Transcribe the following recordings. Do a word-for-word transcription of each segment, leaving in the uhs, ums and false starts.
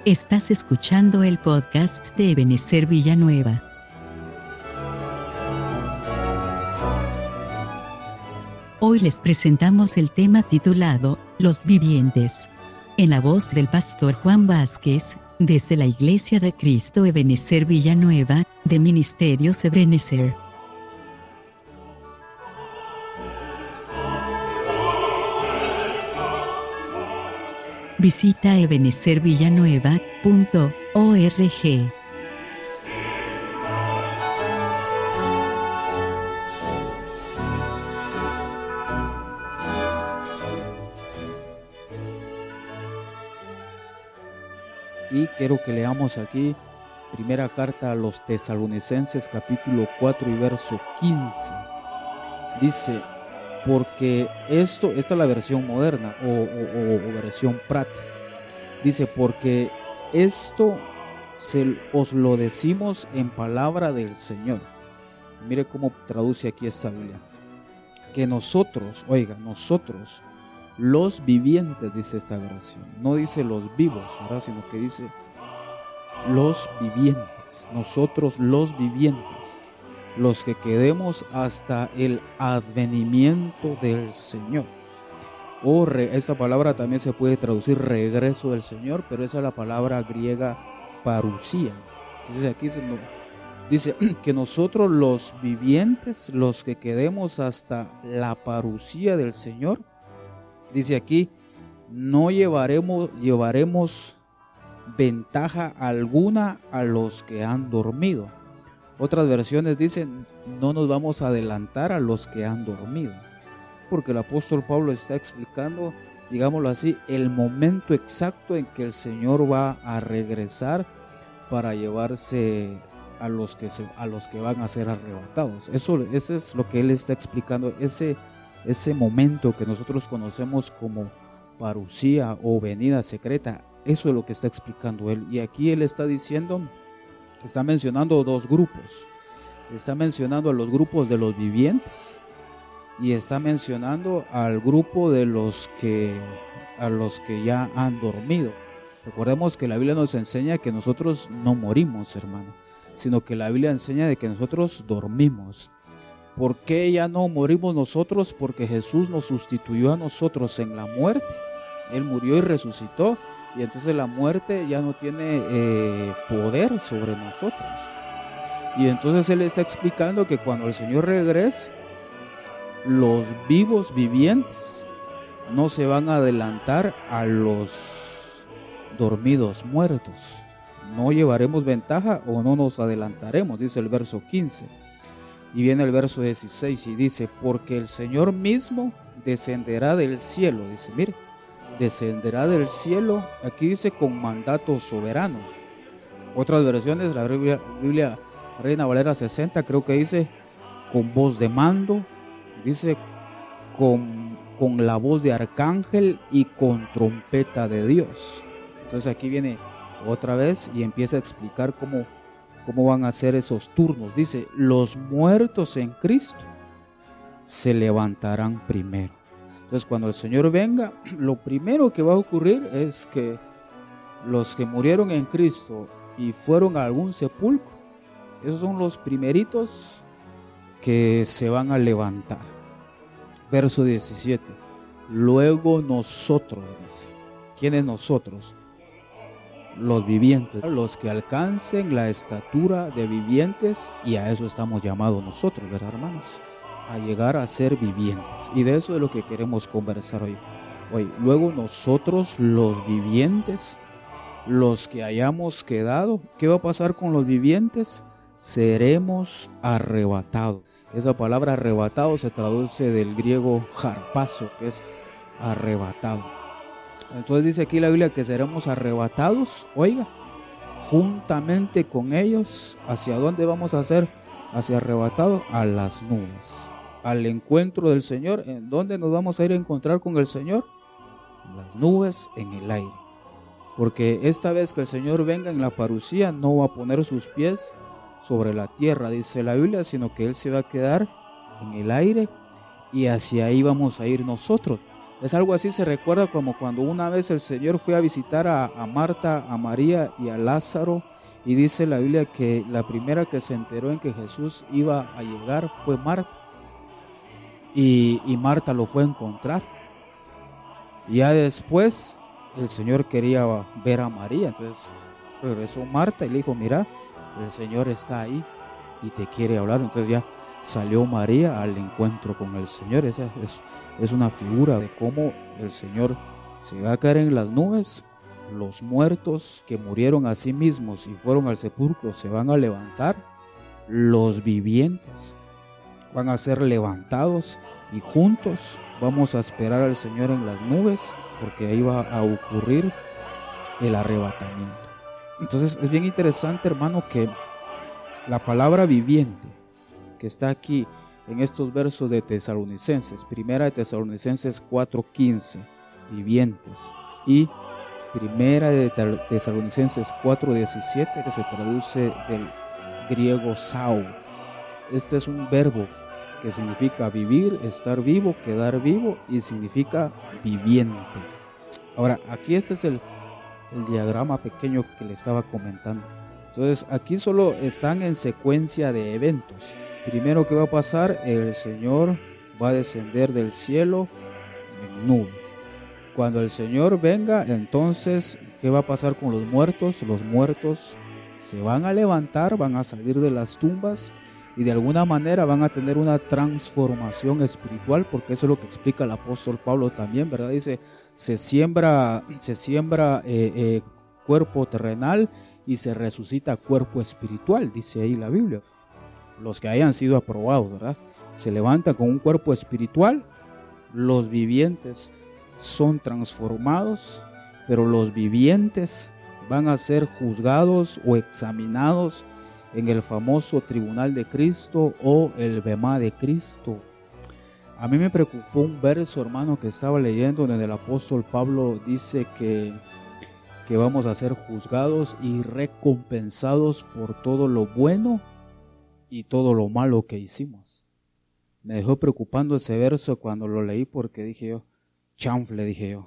Estás escuchando el podcast de Ebenezer Villanueva. Hoy les presentamos el tema titulado Los Vivientes, en la voz del pastor Juan Vázquez, desde la Iglesia de Cristo Ebenezer Villanueva, de Ministerios Ebenezer. Visita ebenezer villanueva punto org. Y quiero que leamos aquí primera carta a los Tesalonicenses capítulo cuatro y verso quince. Dice, porque esto, esta es la versión moderna o, o, o versión Prat. Dice, porque esto se, os lo decimos en palabra del Señor. Mire cómo traduce aquí esta Biblia. Que nosotros, oiga, nosotros, los vivientes, dice esta versión. No dice los vivos, ¿verdad? Sino que dice los vivientes. Nosotros los vivientes. Los que quedemos hasta el advenimiento del Señor. O re, esta palabra también se puede traducir regreso del Señor, pero esa es la palabra griega parusía. Entonces aquí se nos, dice que nosotros los vivientes, los que quedemos hasta la parusía del Señor, dice aquí, no llevaremos, llevaremos ventaja alguna a los que han dormido. Otras versiones dicen, no nos vamos a adelantar a los que han dormido, porque el apóstol Pablo está explicando, digámoslo así, el momento exacto en que el Señor va a regresar para llevarse a los que, se, a los que van a ser arrebatados. Eso, eso es lo que él está explicando, ese, ese momento que nosotros conocemos como parusía o venida secreta. Eso es lo que está explicando él. Y aquí él está diciendo, está mencionando dos grupos. Está mencionando a los grupos de los vivientes y está mencionando al grupo de los que a los que ya han dormido. Recordemos que la Biblia nos enseña que nosotros no morimos, hermano, sino que la Biblia enseña de que nosotros dormimos. ¿Por qué ya no morimos nosotros? Porque Jesús nos sustituyó a nosotros en la muerte. Él murió y resucitó. Y entonces la muerte ya no tiene eh, poder sobre nosotros. Y entonces él está explicando que cuando el Señor regrese, los vivos vivientes no se van a adelantar a los dormidos muertos. No llevaremos ventaja o no nos adelantaremos, dice el verso quince. Y viene el verso dieciséis y dice, porque el Señor mismo descenderá del cielo. Dice, mire, descenderá del cielo, aquí dice con mandato soberano. Otras versiones, la Biblia, Biblia Reina Valera sesenta, creo que dice con voz de mando, dice con, con la voz de arcángel y con trompeta de Dios. Entonces aquí viene otra vez y empieza a explicar cómo, cómo van a ser esos turnos. Dice, los muertos en Cristo se levantarán primero. Entonces cuando el Señor venga, lo primero que va a ocurrir es que los que murieron en Cristo y fueron a algún sepulcro, esos son los primeritos que se van a levantar. Verso diecisiete. Luego nosotros, dice. ¿Quiénes nosotros? Los vivientes, los que alcancen la estatura de vivientes, y a eso estamos llamados nosotros, ¿verdad, hermanos? A llegar a ser vivientes, y de eso es lo que queremos conversar hoy. hoy. Luego nosotros los vivientes, los que hayamos quedado, ¿qué va a pasar con los vivientes? Seremos arrebatados. Esa palabra arrebatado se traduce del griego harpazo, que es arrebatado. Entonces dice aquí la Biblia que seremos arrebatados, oiga, juntamente con ellos. ¿Hacia dónde vamos a ser? Hacia arrebatados, a las nubes, al encuentro del Señor. ¿En dónde nos vamos a ir a encontrar con el Señor? En las nubes, en el aire. Porque esta vez que el Señor venga en la parusía, no va a poner sus pies sobre la tierra, dice la Biblia, sino que Él se va a quedar en el aire y hacia ahí vamos a ir nosotros. Es algo así, se recuerda como cuando una vez el Señor fue a visitar a, a Marta, a María y a Lázaro, y dice la Biblia que la primera que se enteró en que Jesús iba a llegar fue Marta, y, y Marta lo fue a encontrar. Ya después el Señor quería ver a María, entonces regresó Marta y le dijo, mira, el Señor está ahí y te quiere hablar. Entonces ya salió María al encuentro con el Señor. Esa es, es una figura de cómo el Señor se va a caer en las nubes, los muertos que murieron a sí mismos y fueron al sepulcro se van a levantar, los vivientes van a ser levantados y juntos vamos a esperar al Señor en las nubes, porque ahí va a ocurrir el arrebatamiento. Entonces es bien interesante, hermano, que la palabra viviente que está aquí en estos versos de Tesalonicenses, primera de Tesalonicenses cuatro quince, vivientes, y primera de Tesalonicenses cuatro diecisiete, que se traduce del griego sao. Este es un verbo que significa vivir, estar vivo, quedar vivo, y significa viviente. Ahora, aquí este es el, el diagrama pequeño que le estaba comentando. Entonces, aquí solo están en secuencia de eventos. Primero, ¿qué va a pasar? El Señor va a descender del cielo en nube. Cuando el Señor venga, entonces, ¿qué va a pasar con los muertos? Los muertos se van a levantar, van a salir de las tumbas, y de alguna manera van a tener una transformación espiritual, porque eso es lo que explica el apóstol Pablo también, ¿verdad? Dice, se siembra, se siembra eh, eh, cuerpo terrenal y se resucita cuerpo espiritual, dice ahí la Biblia. Los que hayan sido aprobados, ¿verdad? Se levantan con un cuerpo espiritual, los vivientes son transformados, pero los vivientes van a ser juzgados o examinados en el famoso tribunal de Cristo o el bemá de Cristo. A mí me preocupó un verso, hermano, que estaba leyendo, donde el apóstol Pablo dice que, que vamos a ser juzgados y recompensados por todo lo bueno y todo lo malo que hicimos. Me dejó preocupando ese verso cuando lo leí, porque dije yo, chanfle, dije yo,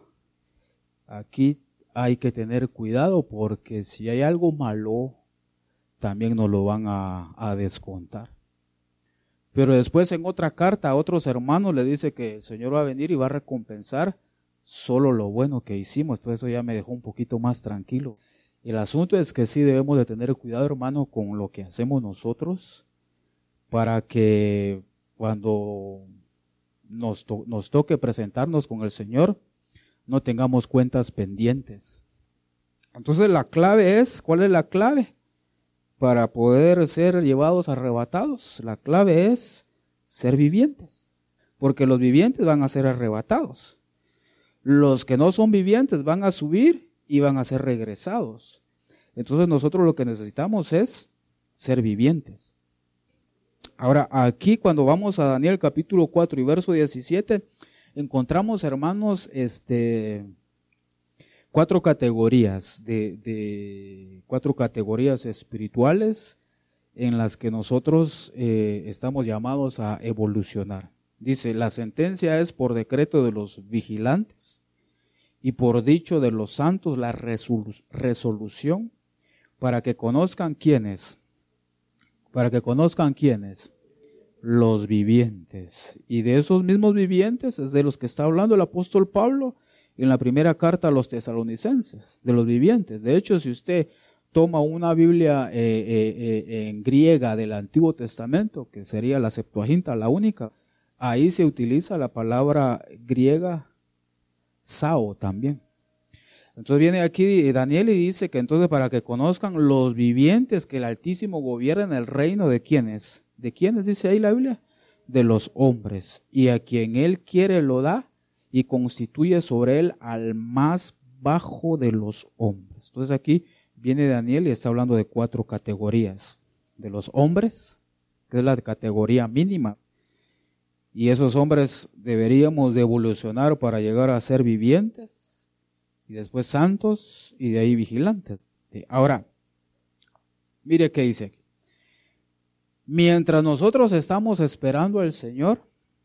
aquí hay que tener cuidado, porque si hay algo malo, también nos lo van a, a descontar. Pero después en otra carta a otros hermanos le dice que el Señor va a venir y va a recompensar solo lo bueno que hicimos. Todo eso ya me dejó un poquito más tranquilo. El asunto es que sí debemos de tener cuidado, hermano, con lo que hacemos nosotros, para que cuando nos, to- nos toque presentarnos con el Señor, no tengamos cuentas pendientes. Entonces la clave es, ¿cuál es la clave? Para poder ser llevados arrebatados, la clave es ser vivientes, porque los vivientes van a ser arrebatados. Los que no son vivientes van a subir y van a ser regresados. Entonces nosotros lo que necesitamos es ser vivientes. Ahora, aquí cuando vamos a Daniel capítulo cuatro y verso diecisiete, encontramos, hermanos, este... cuatro categorías de, de cuatro categorías espirituales en las que nosotros eh, estamos llamados a evolucionar. Dice, la sentencia es por decreto de los vigilantes y por dicho de los santos la resolu- resolución para que conozcan quiénes, para que conozcan quiénes, los vivientes. Y de esos mismos vivientes es de los que está hablando el apóstol Pablo en la primera carta a los tesalonicenses, de los vivientes. De hecho, si usted toma una Biblia eh, eh, eh, en griega del Antiguo Testamento, que sería la Septuaginta, la única, ahí se utiliza la palabra griega sao también. Entonces viene aquí Daniel y dice que entonces para que conozcan los vivientes que el Altísimo gobierna en el reino de quiénes, ¿de quiénes dice ahí la Biblia? De los hombres, y a quien él quiere lo da, y constituye sobre él al más bajo de los hombres. Entonces aquí viene Daniel y está hablando de cuatro categorías. De los hombres, que es la categoría mínima. Y esos hombres deberíamos de evolucionar para llegar a ser vivientes, y después santos, y de ahí vigilantes. Ahora, mire qué dice aquí. Mientras nosotros estamos esperando al Señor,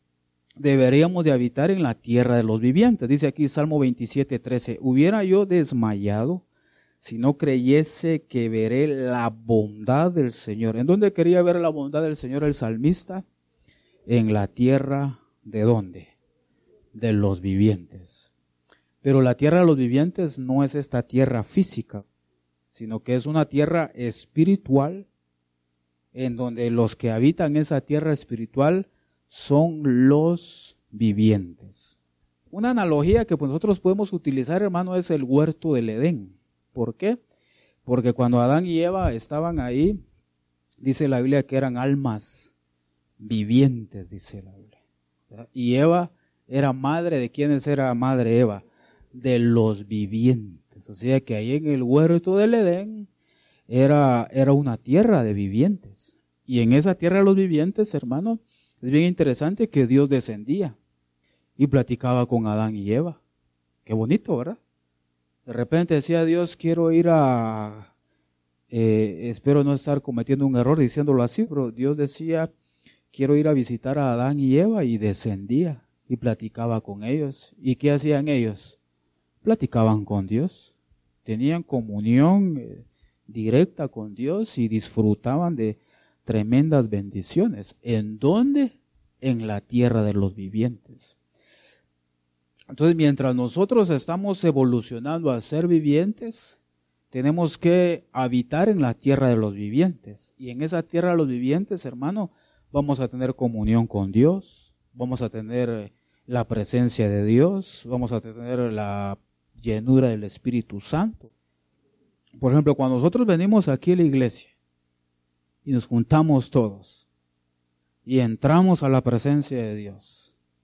deberíamos de habitar en la tierra de los vivientes. Dice aquí Salmo veintisiete, trece, hubiera yo desmayado si no creyese que veré la bondad del Señor. ¿En dónde quería ver la bondad del Señor el salmista? En la tierra, ¿de dónde? De los vivientes. Pero la tierra de los vivientes no es esta tierra física, sino que es una tierra espiritual, en donde los que habitan esa tierra espiritual son los vivientes. Una analogía que pues nosotros podemos utilizar, hermano, es el huerto del Edén. ¿Por qué? Porque cuando Adán y Eva estaban ahí, dice la Biblia que eran almas vivientes, dice la Biblia. Y Eva era madre, ¿de quiénes era madre Eva? De los vivientes. O sea que ahí en el huerto del Edén era, era una tierra de vivientes. Y en esa tierra de los vivientes, hermano, es bien interesante que Dios descendía y platicaba con Adán y Eva. Qué bonito, ¿verdad? De repente decía Dios, quiero ir a, eh, espero no estar cometiendo un error diciéndolo así, pero Dios decía, quiero ir a visitar a Adán y Eva, y descendía y platicaba con ellos. ¿Y qué hacían ellos? Platicaban con Dios, tenían comunión eh, directa con Dios y disfrutaban de tremendas bendiciones. ¿En dónde? En la tierra de los vivientes. Entonces, mientras nosotros estamos evolucionando a ser vivientes, tenemos que habitar en la tierra de los vivientes. Y en esa tierra de los vivientes, hermano, vamos a tener comunión con Dios, vamos a tener la presencia de Dios, vamos a tener la llenura del Espíritu Santo. Por ejemplo, cuando nosotros venimos aquí a la iglesia y nos juntamos todos y entramos a la presencia de Dios,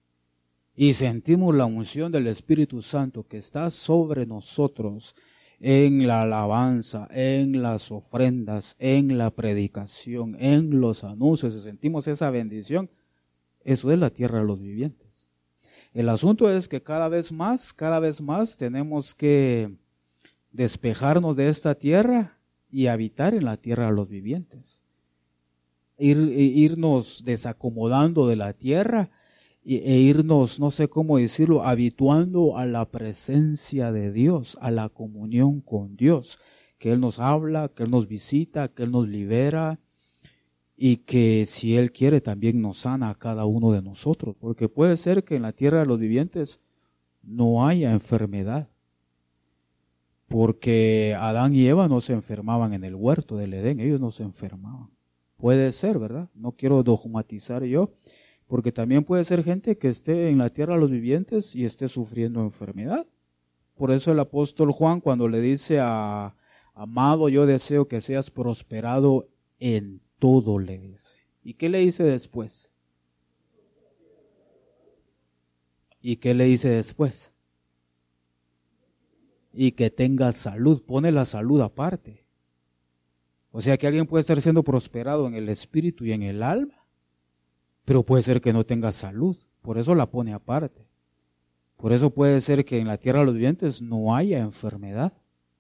y sentimos la unción del Espíritu Santo que está sobre nosotros en la alabanza, en las ofrendas, en la predicación, en los anuncios, y sentimos esa bendición, eso es la tierra de los vivientes. El asunto es que cada vez más, cada vez más tenemos que despejarnos de esta tierra y habitar en la tierra de los vivientes. Ir, irnos desacomodando de la tierra e irnos, no sé cómo decirlo, habituando a la presencia de Dios, a la comunión con Dios, que Él nos habla, que Él nos visita, que Él nos libera, y que si Él quiere también nos sana a cada uno de nosotros, porque puede ser que en la tierra de los vivientes no haya enfermedad, porque Adán y Eva no se enfermaban en el huerto del Edén, ellos no se enfermaban. Puede ser, ¿verdad? No quiero dogmatizar yo, porque también puede ser gente que esté en la tierra de los vivientes y esté sufriendo enfermedad. Por eso el apóstol Juan, cuando le dice a amado, yo deseo que seas prosperado en todo, le dice. ¿Y qué le dice después? ¿Y qué le dice después? Y que tengas salud. Pone la salud aparte. O sea que alguien puede estar siendo prosperado en el espíritu y en el alma, pero puede ser que no tenga salud, por eso la pone aparte. Por eso puede ser que en la tierra de los vivientes no haya enfermedad.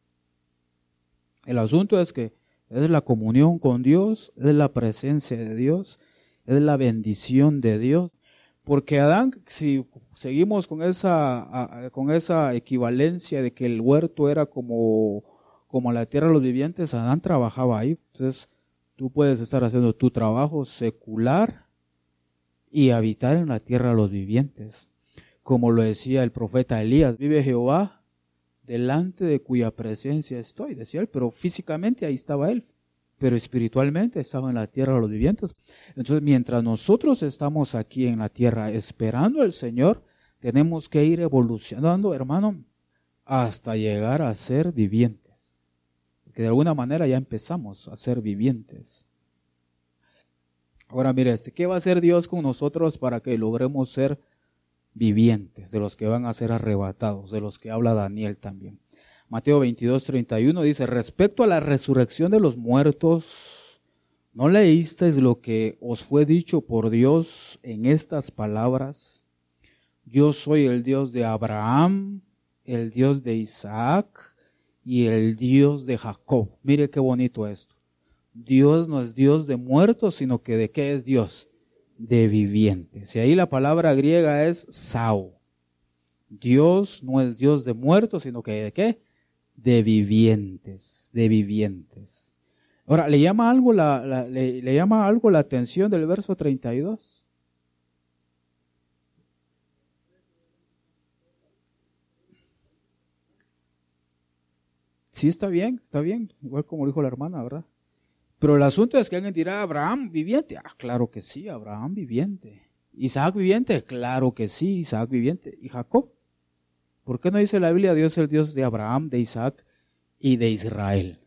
El asunto es que es la comunión con Dios, es la presencia de Dios, es la bendición de Dios. Porque Adán, si seguimos con esa, con esa equivalencia de que el huerto era como, como la tierra de los vivientes, Adán trabajaba ahí. Entonces tú puedes estar haciendo tu trabajo secular y habitar en la tierra de los vivientes. Como lo decía el profeta Elías, vive Jehová delante de cuya presencia estoy, decía él, pero físicamente ahí estaba él, pero espiritualmente estaba en la tierra de los vivientes. Entonces, mientras nosotros estamos aquí en la tierra esperando al Señor, tenemos que ir evolucionando, hermano, hasta llegar a ser vivientes. Porque de alguna manera ya empezamos a ser vivientes. Ahora mire, este, ¿qué va a hacer Dios con nosotros para que logremos ser vivientes, de los que van a ser arrebatados, de los que habla Daniel también? Mateo veintidós, treinta y uno dice, respecto a la resurrección de los muertos, ¿no leísteis lo que os fue dicho por Dios en estas palabras? Yo soy el Dios de Abraham, el Dios de Isaac y el Dios de Jacob. Mire qué bonito esto. Dios no es Dios de muertos, sino que ¿de qué es Dios? de vivientes. Y ahí la palabra griega es sao. Dios no es Dios de muertos, sino que ¿de qué? De vivientes, de vivientes. Ahora, ¿le llama algo la, la, le, le llama algo la atención del verso treinta y dos? Sí, está bien, está bien, igual como dijo la hermana, ¿verdad? Pero el asunto es que alguien dirá, Abraham viviente. Ah, claro que sí, Abraham viviente. Isaac viviente, claro que sí, Isaac viviente. ¿Y Jacob? ¿Por qué no dice la Biblia, Dios es el Dios de Abraham, de Isaac y de Israel?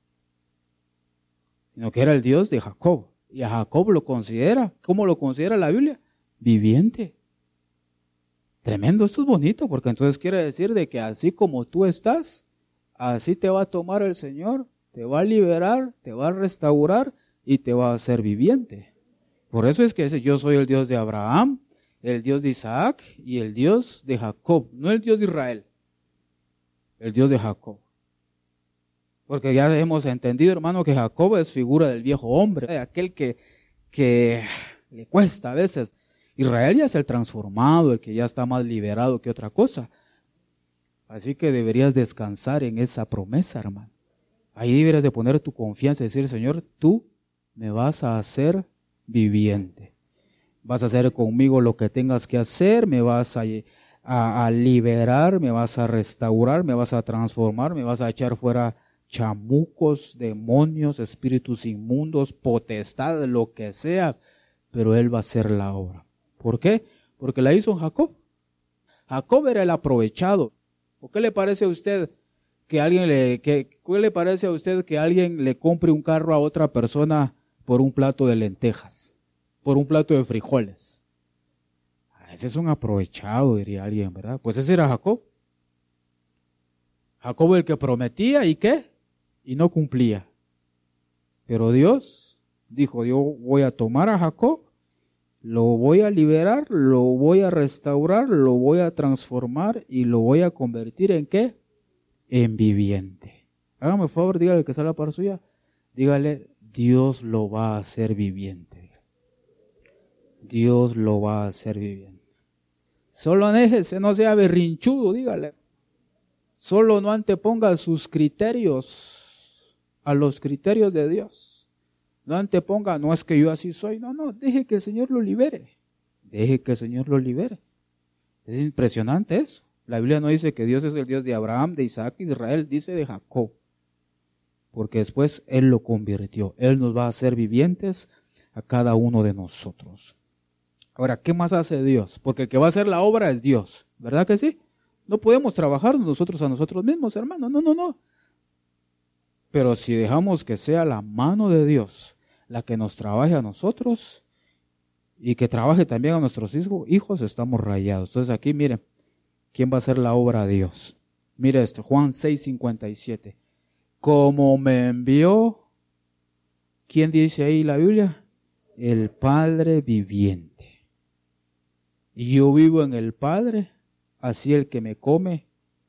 Sino que era el Dios de Jacob. Y a Jacob lo considera, ¿cómo lo considera la Biblia? Viviente. Tremendo, esto es bonito, porque entonces quiere decir de que así como tú estás, así te va a tomar el Señor, te va a liberar, te va a restaurar y te va a hacer viviente. Por eso es que dice, yo soy el Dios de Abraham, el Dios de Isaac y el Dios de Jacob, no el Dios de Israel, el Dios de Jacob. Porque ya hemos entendido, hermano, que Jacob es figura del viejo hombre, aquel que, que le cuesta a veces. Israel ya es el transformado, el que ya está más liberado que otra cosa. Así que deberías descansar en esa promesa, hermano. Ahí deberías de poner tu confianza y decir, Señor, tú me vas a hacer viviente. Vas a hacer conmigo lo que tengas que hacer, me vas a, a, a liberar, me vas a restaurar, me vas a transformar, me vas a echar fuera chamucos, demonios, espíritus inmundos, potestad, lo que sea, pero Él va a hacer la obra. ¿Por qué? Porque la hizo Jacob. Jacob era el aprovechado. ¿O qué le parece a usted que alguien le, que, qué le parece a usted que alguien le compre un carro a otra persona por un plato de lentejas, por un plato de frijoles? Ese es un aprovechado, diría alguien, ¿verdad? Pues ese era Jacob. Jacob el que prometía y ¿qué? Y no cumplía. Pero Dios dijo, yo voy a tomar a Jacob, lo voy a liberar, lo voy a restaurar, lo voy a transformar y lo voy a convertir en ¿qué? En viviente. Hágame favor, dígale al que está a la par suya, dígale, Dios lo va a hacer viviente. Dios lo va a hacer viviente. Solo déjese, no sea berrinchudo, dígale. Solo no anteponga sus criterios a los criterios de Dios. No anteponga, no es que yo así soy. No, no, deje que el Señor lo libere. Deje que el Señor lo libere. Es impresionante eso. La Biblia no dice que Dios es el Dios de Abraham, de Isaac y de Israel, dice de Jacob. Porque después Él lo convirtió. Él nos va a hacer vivientes a cada uno de nosotros. Ahora, ¿qué más hace Dios? Porque el que va a hacer la obra es Dios. ¿Verdad que sí? No podemos trabajar nosotros a nosotros mismos, hermano. No, no, no. Pero si dejamos que sea la mano de Dios la que nos trabaje a nosotros y que trabaje también a nuestros hijos, estamos rayados. Entonces aquí miren, ¿quién va a hacer la obra? Dios. Mire esto, Juan seis cincuenta y siete. Como me envió, ¿quién dice ahí la Biblia? El Padre viviente. Y yo vivo en el Padre, así el que me come,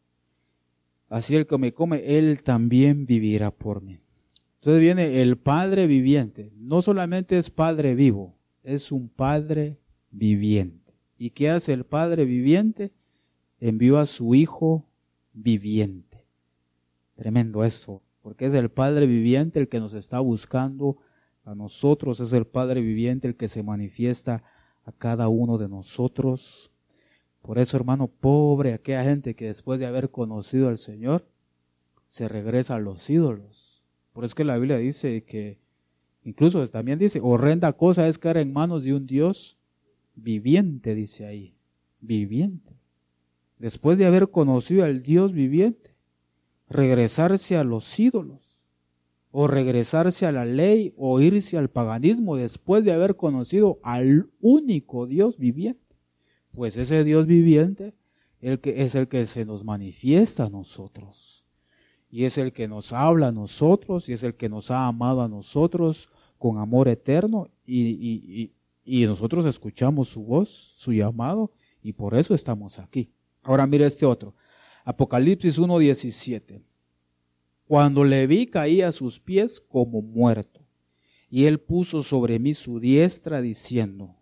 así el que me come, él también vivirá por mí. Entonces viene el Padre viviente. No solamente es Padre vivo, es un Padre viviente. ¿Y qué hace el Padre viviente? Envió a su Hijo viviente. Tremendo eso, porque es el Padre viviente el que nos está buscando a nosotros, es el Padre viviente el que se manifiesta a cada uno de nosotros. Por eso, hermano, pobre aquella gente que después de haber conocido al Señor, se regresa a los ídolos. Por eso que la Biblia dice que, incluso también dice, horrenda cosa es caer en manos de un Dios viviente, dice ahí, viviente. Después de haber conocido al Dios viviente, regresarse a los ídolos, o regresarse a la ley, o irse al paganismo, después de haber conocido al único Dios viviente. Pues ese Dios viviente el que es el que se nos manifiesta a nosotros. Y es el que nos habla a nosotros, y es el que nos ha amado a nosotros con amor eterno, y, y, y, y nosotros escuchamos su voz, su llamado, y por eso estamos aquí. Ahora mire este otro, Apocalipsis uno diecisiete. Cuando le vi caí a sus pies como muerto, y él puso sobre mí su diestra diciendo,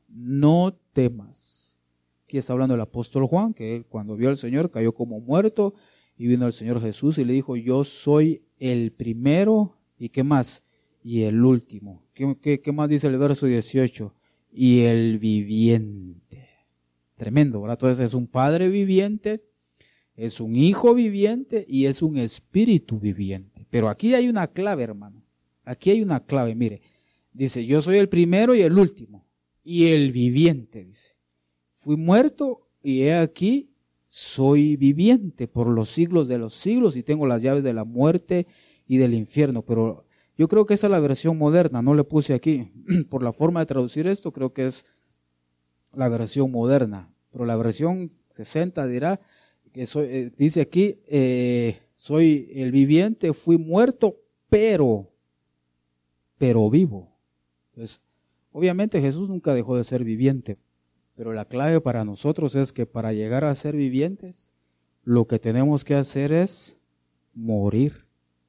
no temas. Aquí está hablando el apóstol Juan, que él, cuando vio al Señor cayó como muerto, y vino el Señor Jesús y le dijo, yo soy el primero, ¿y qué más? Y el último. ¿Qué, qué, qué más dice el verso dieciocho? Y el viviente. Tremendo, ¿verdad? Entonces es un Padre viviente, es un Hijo viviente y es un Espíritu viviente. Pero aquí hay una clave, hermano. Aquí hay una clave, mire. Dice, yo soy el primero y el último. Y el viviente, dice. Fui muerto y he aquí, soy viviente por los siglos de los siglos y tengo las llaves de la muerte y del infierno. Pero yo creo que esta es la versión moderna, no le puse aquí. Por la forma de traducir esto, creo que es la versión moderna. Pero la versión sesenta dirá, que soy, eh, dice aquí, eh, soy el viviente, fui muerto, pero, pero vivo. Entonces, obviamente Jesús nunca dejó de ser viviente. Pero la clave para nosotros es que para llegar a ser vivientes, lo que tenemos que hacer es morir.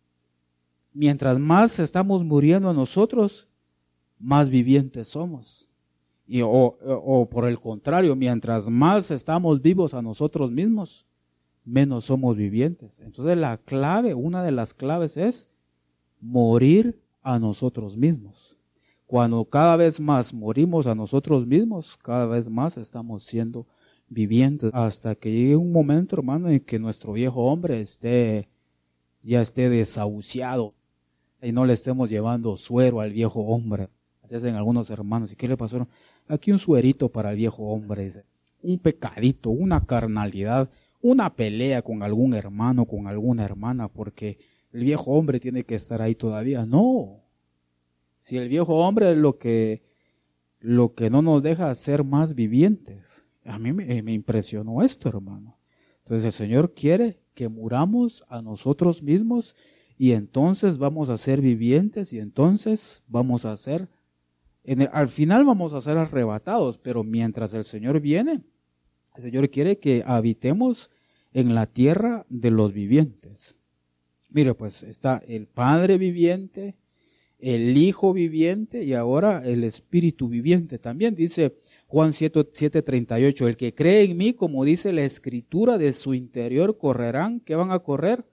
Mientras más estamos muriendo a nosotros, más vivientes somos. Y, o, o por el contrario, mientras más estamos vivos a nosotros mismos, menos somos vivientes. Entonces la clave, una de las claves es morir a nosotros mismos. Cuando cada vez más morimos a nosotros mismos, cada vez más estamos siendo vivientes, hasta que llegue un momento, hermano, en que nuestro viejo hombre esté, ya esté desahuciado y no le estemos llevando suero al viejo hombre. Así hacen algunos hermanos. ¿Y qué le pasó? Aquí un suerito para el viejo hombre, dice. Un pecadito, una carnalidad, una pelea con algún hermano, con alguna hermana, porque el viejo hombre tiene que estar ahí todavía. No. Si el viejo hombre es lo que, lo que no nos deja ser más vivientes. A mí me, me impresionó esto, hermano. Entonces el Señor quiere que muramos a nosotros mismos y entonces vamos a ser vivientes y entonces vamos a ser, en el, al final vamos a ser arrebatados, pero mientras el Señor viene, el Señor quiere que habitemos en la tierra de los vivientes. Mire, pues está el Padre viviente, el Hijo viviente y ahora el Espíritu viviente también. Dice Juan siete treinta y ocho, el que cree en mí, como dice la Escritura, de su interior correrán, ¿qué van a correr?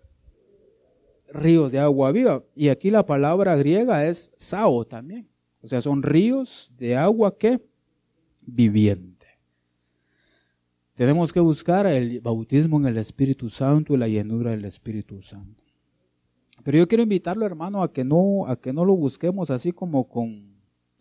Ríos de agua viva. Y aquí la palabra griega es sao también. O sea, son ríos de agua que viviente. Tenemos que buscar el bautismo en el Espíritu Santo y la llenura del Espíritu Santo. Pero yo quiero invitarlo, hermano, a que no, a que no lo busquemos así como con,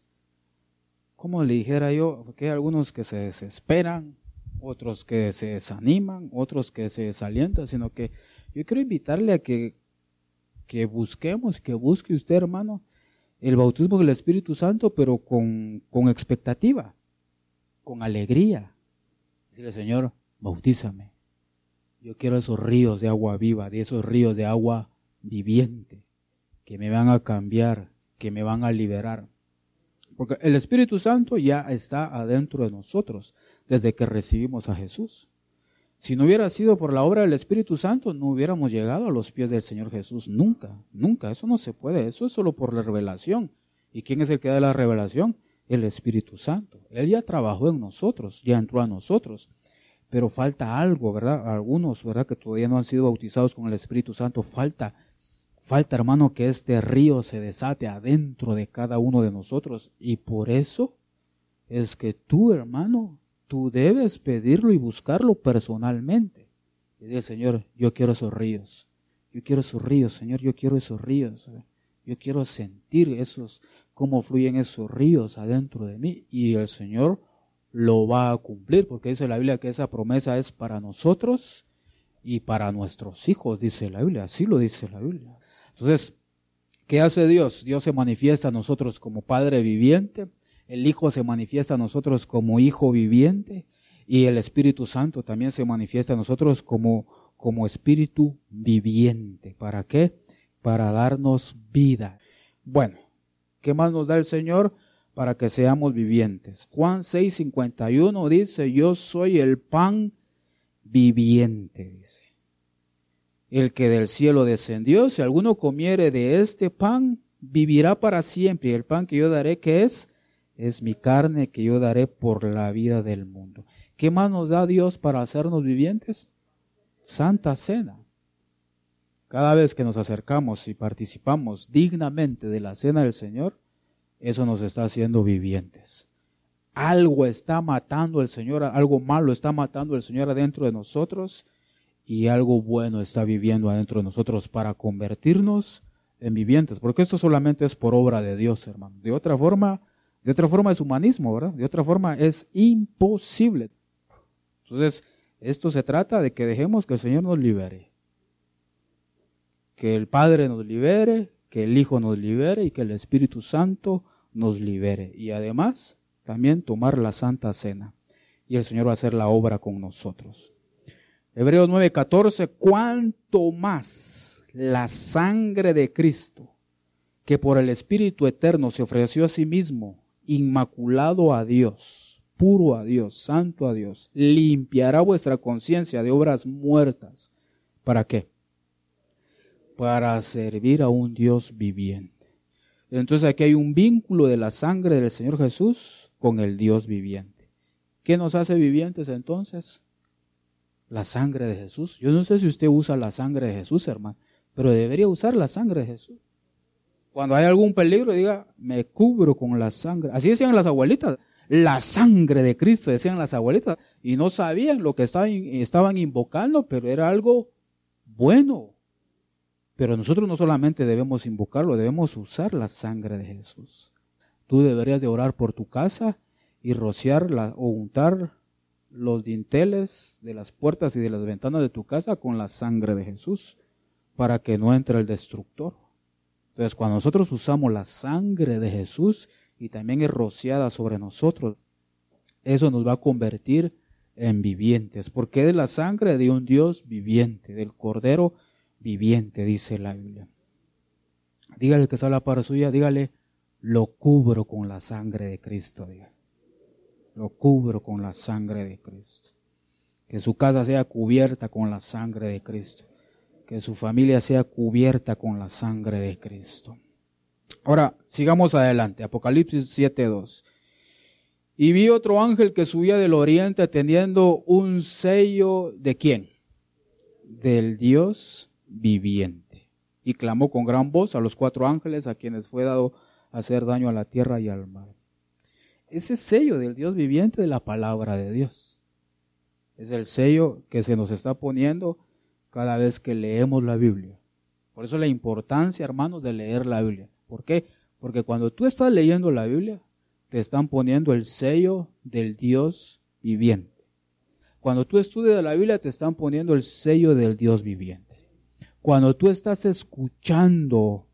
como le dijera yo, porque hay algunos que se desesperan, otros que se desaniman, otros que se desalientan, sino que yo quiero invitarle a que, que busquemos, que busque usted, hermano, el bautismo del Espíritu Santo, pero con, con expectativa, con alegría. Decirle, Señor, bautízame. Yo quiero esos ríos de agua viva, de esos ríos de agua viviente, que me van a cambiar, que me van a liberar. Porque el Espíritu Santo ya está adentro de nosotros desde que recibimos a Jesús. Si no hubiera sido por la obra del Espíritu Santo, no hubiéramos llegado a los pies del Señor Jesús. Nunca, nunca. Eso no se puede. Eso es solo por la revelación. ¿Y quién es el que da la revelación? El Espíritu Santo. Él ya trabajó en nosotros, ya entró a nosotros. Pero falta algo, ¿verdad? Algunos, ¿verdad?, que todavía no han sido bautizados con el Espíritu Santo. Falta Falta, hermano, que este río se desate adentro de cada uno de nosotros. Y por eso es que tú, hermano, tú debes pedirlo y buscarlo personalmente. Y decir, Señor, yo quiero esos ríos. Yo quiero esos ríos, Señor, yo quiero esos ríos. Yo quiero sentir esos, cómo fluyen esos ríos adentro de mí. Y el Señor lo va a cumplir, porque dice la Biblia que esa promesa es para nosotros y para nuestros hijos, dice la Biblia. Así lo dice la Biblia. Entonces, ¿qué hace Dios? Dios se manifiesta a nosotros como Padre viviente, el Hijo se manifiesta a nosotros como Hijo viviente y el Espíritu Santo también se manifiesta a nosotros como, como Espíritu viviente. ¿Para qué? Para darnos vida. Bueno, ¿qué más nos da el Señor? Para que seamos vivientes. Juan seis cincuenta y uno dice, yo soy el pan viviente, dice. El que del cielo descendió, si alguno comiere de este pan, vivirá para siempre. Y el pan que yo daré, ¿qué es? es mi carne que yo daré por la vida del mundo. ¿Qué más nos da Dios para hacernos vivientes? Santa Cena. Cada vez que nos acercamos y participamos dignamente de la Cena del Señor, eso nos está haciendo vivientes. Algo está matando el Señor, algo malo está matando el Señor adentro de nosotros y algo bueno está viviendo adentro de nosotros para convertirnos en vivientes, porque esto solamente es por obra de Dios, hermano. De otra forma, de otra forma es humanismo, ¿verdad? De otra forma es imposible. Entonces, esto se trata de que dejemos que el Señor nos libere. Que el Padre nos libere, que el Hijo nos libere y que el Espíritu Santo nos libere. Y además, también tomar la Santa Cena. Y el Señor va a hacer la obra con nosotros. Hebreos nueve catorce, cuánto más la sangre de Cristo, que por el Espíritu Eterno se ofreció a sí mismo, inmaculado a Dios, puro a Dios, santo a Dios, limpiará vuestra conciencia de obras muertas. ¿Para qué? Para servir a un Dios viviente. Entonces aquí hay un vínculo de la sangre del Señor Jesús con el Dios viviente. ¿Qué nos hace vivientes entonces? La sangre de Jesús. Yo no sé si usted usa la sangre de Jesús, hermano, pero debería usar la sangre de Jesús. Cuando hay algún peligro, diga, me cubro con la sangre. Así decían las abuelitas, la sangre de Cristo, decían las abuelitas. Y no sabían lo que estaban, estaban invocando, pero era algo bueno. Pero nosotros no solamente debemos invocarlo, debemos usar la sangre de Jesús. Tú deberías de orar por tu casa y rociar la, o untar los dinteles de las puertas y de las ventanas de tu casa con la sangre de Jesús, para que no entre el destructor. Entonces, cuando nosotros usamos la sangre de Jesús y también es rociada sobre nosotros, eso nos va a convertir en vivientes, porque es la sangre de un Dios viviente, del Cordero viviente, dice la Biblia. Dígale que está a la par suya, dígale, lo cubro con la sangre de Cristo, dígale. Lo cubro con la sangre de Cristo. Que su casa sea cubierta con la sangre de Cristo. Que su familia sea cubierta con la sangre de Cristo. Ahora, sigamos adelante. Apocalipsis siete dos. Y vi otro ángel que subía del oriente teniendo un sello ¿de quién? Del Dios viviente. Y clamó con gran voz a los cuatro ángeles a quienes fue dado hacer daño a la tierra y al mar. Ese sello del Dios viviente de la palabra de Dios. Es el sello que se nos está poniendo cada vez que leemos la Biblia. Por eso la importancia, hermanos, de leer la Biblia. ¿Por qué? Porque cuando tú estás leyendo la Biblia, te están poniendo el sello del Dios viviente. Cuando tú estudias la Biblia, te están poniendo el sello del Dios viviente. Cuando tú estás escuchando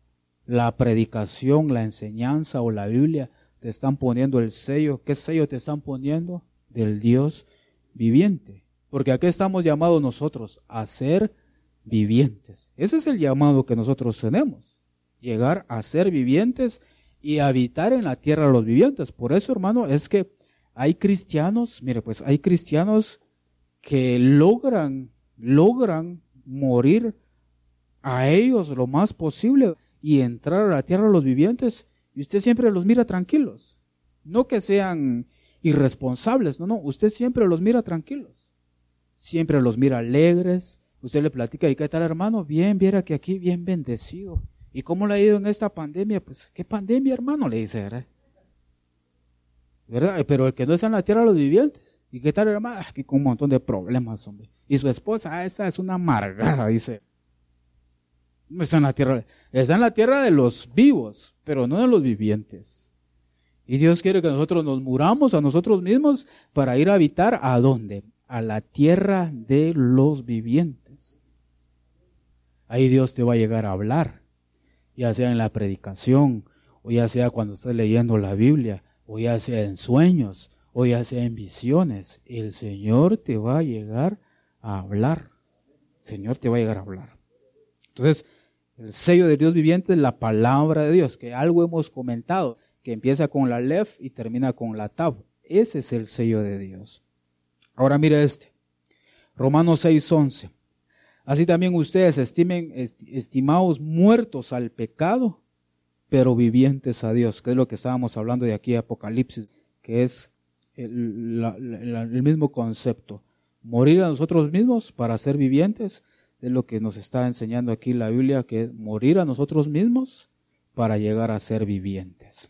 la predicación, la enseñanza o la Biblia, te están poniendo el sello. ¿Qué sello te están poniendo? Del Dios viviente. Porque aquí estamos llamados nosotros a ser vivientes. Ese es el llamado que nosotros tenemos. Llegar a ser vivientes y habitar en la tierra de los vivientes. Por eso, hermano, es que hay cristianos, mire, pues hay cristianos que logran, logran morir a ellos lo más posible y entrar a la tierra de los vivientes. Y usted siempre los mira tranquilos. No que sean irresponsables, no, no, usted siempre los mira tranquilos. Siempre los mira alegres. Usted le platica, ¿y qué tal, hermano? Bien, viera que aquí bien bendecido. ¿Y cómo le ha ido en esta pandemia? Pues, ¿qué pandemia, hermano? Le dice, ¿verdad? ¿Verdad? Pero el que no está en la tierra de los vivientes. ¿Y qué tal, hermano? Aquí con un montón de problemas, hombre. Y su esposa, ah, esa es una amargada, dice. No está en la tierra, está en la tierra de los vivos, pero no de los vivientes. Y Dios quiere que nosotros nos muramos a nosotros mismos para ir a habitar ¿a dónde? A la tierra de los vivientes. Ahí Dios te va a llegar a hablar, ya sea en la predicación, o ya sea cuando estés leyendo la Biblia, o ya sea en sueños, o ya sea en visiones. El Señor te va a llegar a hablar. El Señor te va a llegar a hablar. Entonces, el sello de Dios viviente es la palabra de Dios, que algo hemos comentado, que empieza con la Lef y termina con la Tab. Ese es el sello de Dios. Ahora mire este, Romanos seis once. Así también ustedes estimen, estimados muertos al pecado, pero vivientes a Dios, que es lo que estábamos hablando de aquí, Apocalipsis, que es el, la, la, el mismo concepto. Morir a nosotros mismos para ser vivientes, es lo que nos está enseñando aquí la Biblia, que es morir a nosotros mismos para llegar a ser vivientes.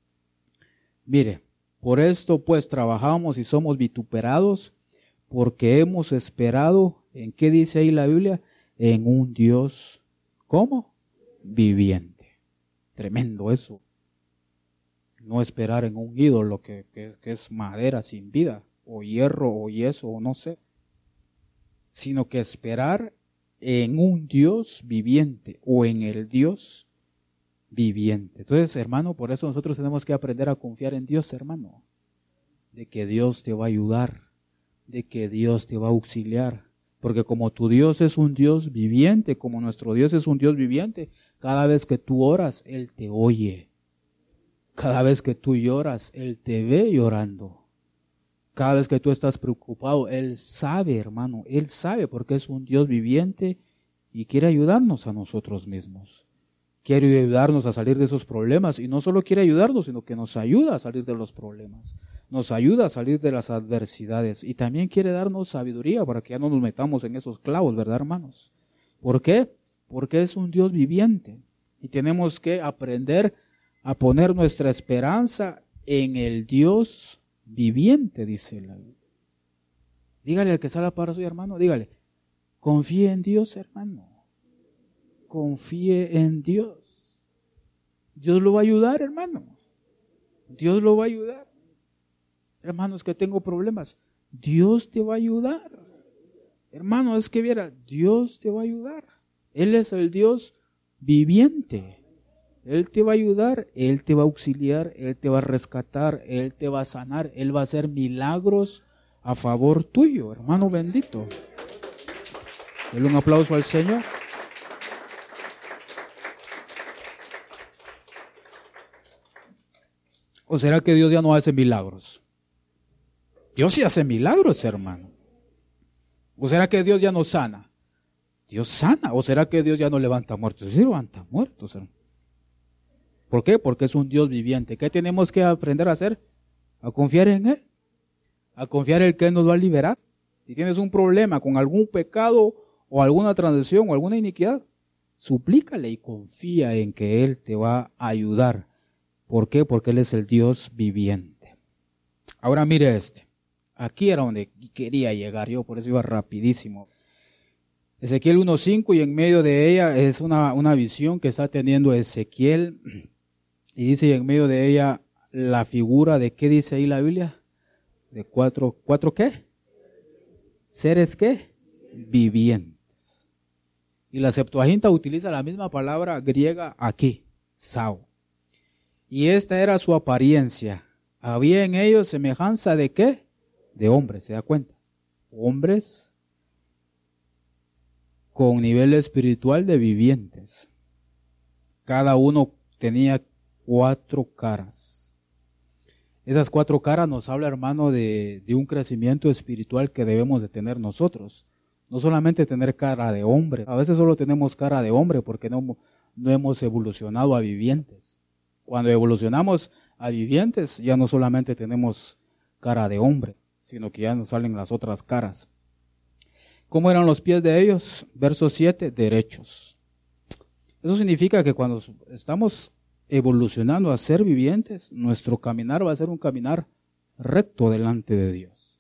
Mire, por esto pues trabajamos y somos vituperados, porque hemos esperado, ¿en qué dice ahí la Biblia? En un Dios, ¿cómo? Viviente. Tremendo eso. No esperar en un ídolo que, que, que es madera sin vida, o hierro, o yeso, o no sé. Sino que esperar en un Dios viviente, o en el Dios viviente. Entonces, hermano, por eso nosotros tenemos que aprender a confiar en Dios, hermano. De que Dios te va a ayudar, de que Dios te va a auxiliar. Porque como tu Dios es un Dios viviente, como nuestro Dios es un Dios viviente, cada vez que tú oras, Él te oye. Cada vez que tú lloras, Él te ve llorando. Cada vez que tú estás preocupado, Él sabe, hermano, Él sabe porque es un Dios viviente y quiere ayudarnos a nosotros mismos. Quiere ayudarnos a salir de esos problemas y no solo quiere ayudarnos, sino que nos ayuda a salir de los problemas. Nos ayuda a salir de las adversidades y también quiere darnos sabiduría para que ya no nos metamos en esos clavos, ¿verdad, hermanos? ¿Por qué? Porque es un Dios viviente y tenemos que aprender a poner nuestra esperanza en el Dios viviente, dice la Biblia. Dígale al que sale para su hermano, dígale, confíe en Dios, hermano. Confíe en Dios. Dios lo va a ayudar, hermano. Dios lo va a ayudar. Hermanos, que tengo problemas. Dios te va a ayudar. Hermano, es que viera, Dios te va a ayudar. Él es el Dios viviente. Él te va a ayudar, Él te va a auxiliar, Él te va a rescatar, Él te va a sanar, Él va a hacer milagros a favor tuyo, hermano bendito. Denle un aplauso al Señor. ¿O será que Dios ya no hace milagros? Dios sí hace milagros, hermano. ¿O será que Dios ya no sana? Dios sana. ¿O será que Dios ya no levanta muertos? Sí levanta muertos, hermano. ¿Por qué? Porque es un Dios viviente. ¿Qué tenemos que aprender a hacer? A confiar en Él. A confiar en que Él nos va a liberar. Si tienes un problema con algún pecado o alguna transgresión o alguna iniquidad, suplícale y confía en que Él te va a ayudar. ¿Por qué? Porque Él es el Dios viviente. Ahora mire este. Aquí era donde quería llegar yo, por eso iba rapidísimo. Ezequiel uno cinco y en medio de ella es una, una visión que está teniendo Ezequiel. Y dice, y en medio de ella, la figura de, ¿qué dice ahí la Biblia? De cuatro, ¿cuatro qué? ¿Seres qué? Vivientes. Y la Septuaginta utiliza la misma palabra griega aquí, sao. Y esta era su apariencia. Había en ellos semejanza de ¿qué? De hombres, ¿se da cuenta? Hombres con nivel espiritual de vivientes. Cada uno tenía cuatro caras. Esas cuatro caras nos habla, hermano, de, de un crecimiento espiritual que debemos de tener nosotros. No solamente tener cara de hombre. A veces solo tenemos cara de hombre porque no, no hemos evolucionado a vivientes. Cuando evolucionamos a vivientes, ya no solamente tenemos cara de hombre, sino que ya nos salen las otras caras. ¿Cómo eran los pies de ellos? Verso siete, derechos. Eso significa que cuando estamos evolucionando a ser vivientes, nuestro caminar va a ser un caminar recto delante de Dios.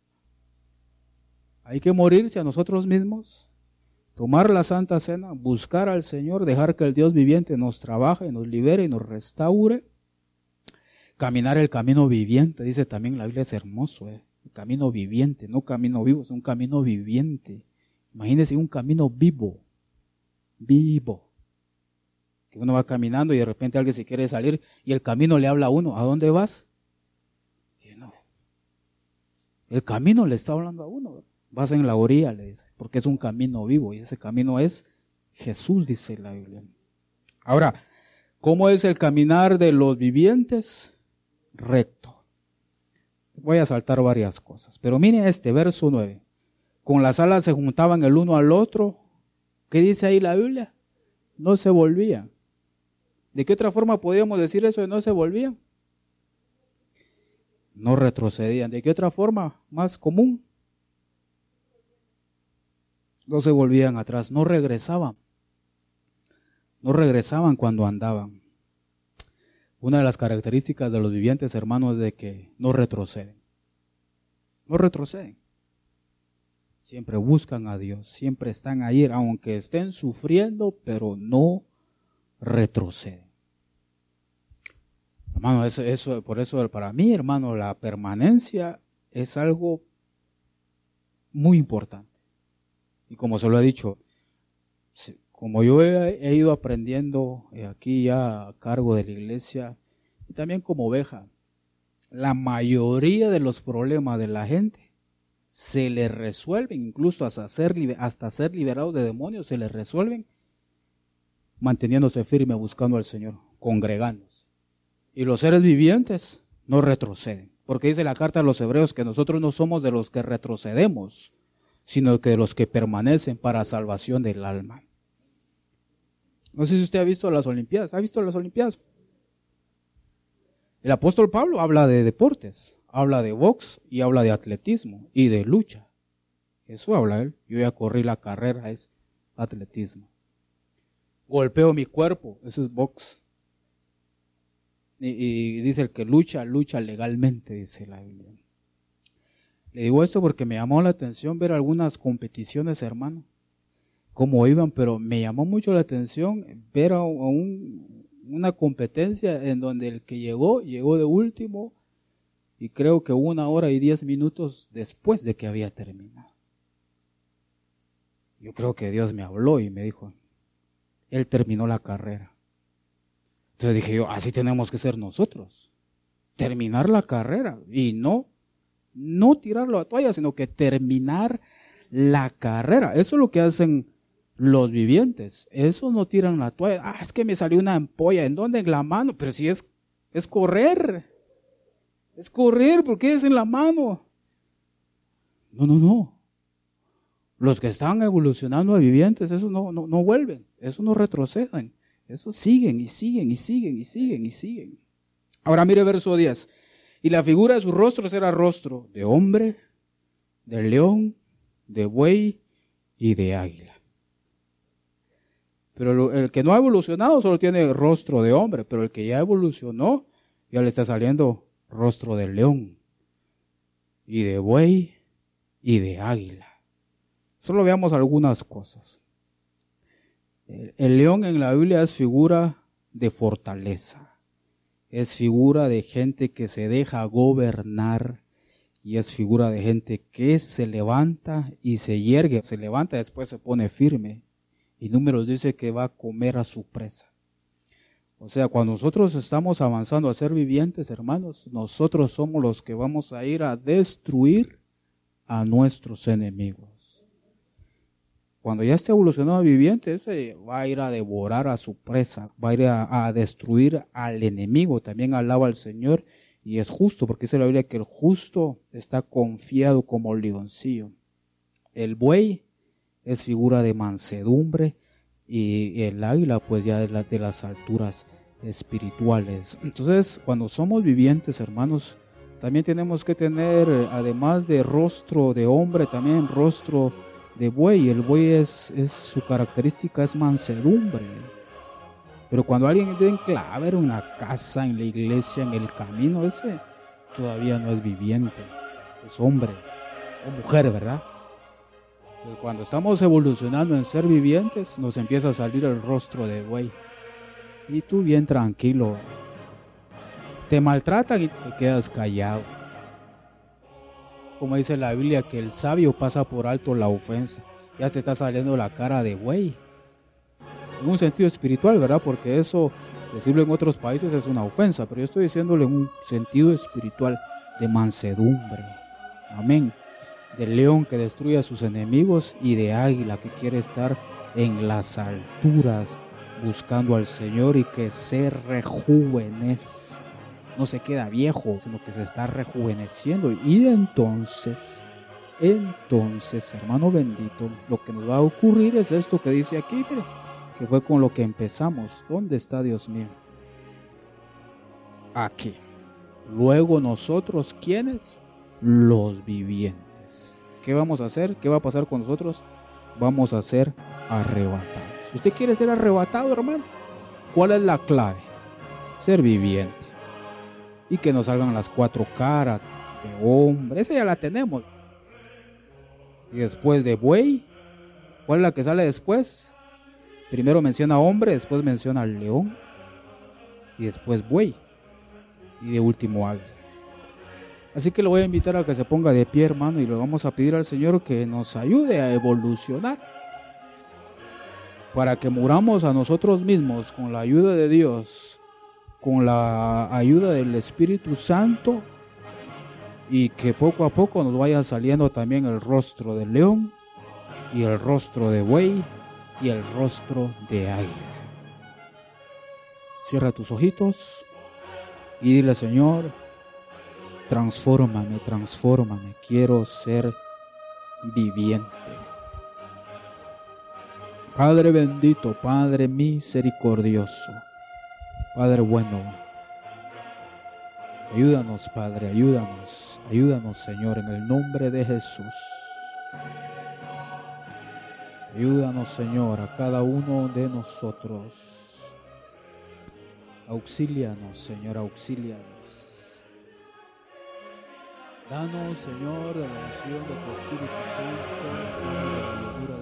Hay que morirse a nosotros mismos, tomar la Santa Cena, buscar al Señor, dejar que el Dios viviente nos trabaje, nos libere y nos restaure. Caminar el camino viviente, dice también la Biblia, es hermoso, ¿eh? El camino viviente, no camino vivo, es un camino viviente. Imagínense un camino vivo, vivo. Que uno va caminando y de repente alguien se quiere salir y el camino le habla a uno, ¿a dónde vas? Y no. El camino le está hablando a uno, vas en la orilla, le dice, porque es un camino vivo y ese camino es Jesús, dice la Biblia. Ahora, ¿cómo es el caminar de los vivientes? Recto. Voy a saltar varias cosas, pero mire este, verso nueve. Con las alas se juntaban el uno al otro. ¿Qué dice ahí la Biblia? No se volvían. ¿De qué otra forma podríamos decir eso de no se volvían? No retrocedían. ¿De qué otra forma más común? No se volvían atrás, no regresaban. No regresaban cuando andaban. Una de las características de los vivientes, hermanos, es de que no retroceden. No retroceden. Siempre buscan a Dios, siempre están ahí, aunque estén sufriendo, pero no retroceden. Hermano, eso, eso, por eso para mí, hermano, la permanencia es algo muy importante. Y como se lo he dicho, como yo he, he ido aprendiendo aquí ya a cargo de la iglesia, y también como oveja, la mayoría de los problemas de la gente se les resuelven, incluso hasta ser, hasta ser liberados de demonios, se les resuelven manteniéndose firme, buscando al Señor, congregándose. Y los seres vivientes no retroceden, porque dice la carta a los hebreos que nosotros no somos de los que retrocedemos, sino que de los que permanecen para salvación del alma. No sé si usted ha visto las Olimpiadas. ¿Ha visto las Olimpiadas? El apóstol Pablo habla de deportes, habla de box y habla de atletismo y de lucha. Eso habla él. Yo ya corrí la carrera, es atletismo. Golpeo mi cuerpo, eso es box. Y, y dice el que lucha, lucha legalmente, dice la Biblia. Le digo esto porque me llamó la atención ver algunas competiciones, hermano, cómo iban, pero me llamó mucho la atención ver a un, una competencia en donde el que llegó, llegó de último y creo que una hora y diez minutos después de que había terminado. Yo creo que Dios me habló y me dijo, él terminó la carrera. Entonces dije yo, así tenemos que ser nosotros, terminar la carrera y no, no tirarlo a toalla, sino que terminar la carrera. Eso es lo que hacen los vivientes, eso no tiran la toalla. Ah, es que me salió una ampolla. ¿En dónde? En la mano. Pero si es, es correr. Es correr, ¿por qué es en la mano? No, no, no. Los que están evolucionando a vivientes, eso no, no, no vuelven, eso no retroceden. Eso siguen y siguen y siguen y siguen y siguen. Ahora mire verso diez. Y la figura de sus rostros era rostro de hombre, de león, de buey y de águila. Pero el que no ha evolucionado solo tiene rostro de hombre, pero el que ya evolucionó, ya le está saliendo rostro de león, y de buey, y de águila. Solo veamos algunas cosas. El, el león en la Biblia es figura de fortaleza, es figura de gente que se deja gobernar, y es figura de gente que se levanta y se yergue, se levanta y después se pone firme. Y Números dice que va a comer a su presa. O sea, cuando nosotros estamos avanzando a ser vivientes, hermanos, nosotros somos los que vamos a ir a destruir a nuestros enemigos. Cuando ya esté evolucionado a viviente, ese va a ir a devorar a su presa, va a ir a, a destruir al enemigo. También alaba al Señor y es justo, porque dice la Biblia que el justo está confiado como leoncillo. El buey es figura de mansedumbre y el águila pues ya de, la, de las alturas espirituales. Entonces, cuando somos vivientes, hermanos, también tenemos que tener, además de rostro de hombre, también rostro de buey. El buey es, es su característica es mansedumbre. Pero cuando alguien ve en clave en una casa, en la iglesia, en el camino, ese todavía no es viviente, es hombre o mujer, ¿verdad? Cuando estamos evolucionando en ser vivientes, nos empieza a salir el rostro de buey. Y tú bien tranquilo. Te maltratan y te quedas callado. Como dice la Biblia, que el sabio pasa por alto la ofensa. Ya te está saliendo la cara de buey. En un sentido espiritual, ¿verdad? Porque eso, decirlo en otros países, es una ofensa. Pero yo estoy diciéndole en un sentido espiritual de mansedumbre. Amén. De león que destruye a sus enemigos y de águila que quiere estar en las alturas buscando al Señor y que se rejuvenece. No se queda viejo, sino que se está rejuveneciendo. Y entonces, entonces, hermano bendito, lo que nos va a ocurrir es esto que dice aquí, mire, que fue con lo que empezamos. ¿Dónde está, Dios mío? Aquí. Luego nosotros, ¿quiénes? Los vivientes. ¿Qué vamos a hacer? ¿Qué va a pasar con nosotros? Vamos a ser arrebatados. ¿Usted quiere ser arrebatado, hermano? ¿Cuál es la clave? Ser viviente. Y que nos salgan las cuatro caras de hombre. Esa ya la tenemos. Y después de buey, ¿cuál es la que sale después? Primero menciona hombre, después menciona al león. Y después buey. Y de último águila. Así que le voy a invitar a que se ponga de pie, hermano, y le vamos a pedir al Señor que nos ayude a evolucionar. Para que muramos a nosotros mismos con la ayuda de Dios, con la ayuda del Espíritu Santo, y que poco a poco nos vaya saliendo también el rostro del león, y el rostro de buey, y el rostro de águila. Cierra tus ojitos y dile: Señor, transfórmame, transfórmame, quiero ser viviente. Padre bendito, Padre misericordioso, Padre bueno, ayúdanos, Padre, ayúdanos, ayúdanos, Señor, en el nombre de Jesús. Ayúdanos, Señor, a cada uno de nosotros. Auxílianos, Señor, auxílianos. Danos, Señor, de la unción de tu Espíritu Santo, de la llenura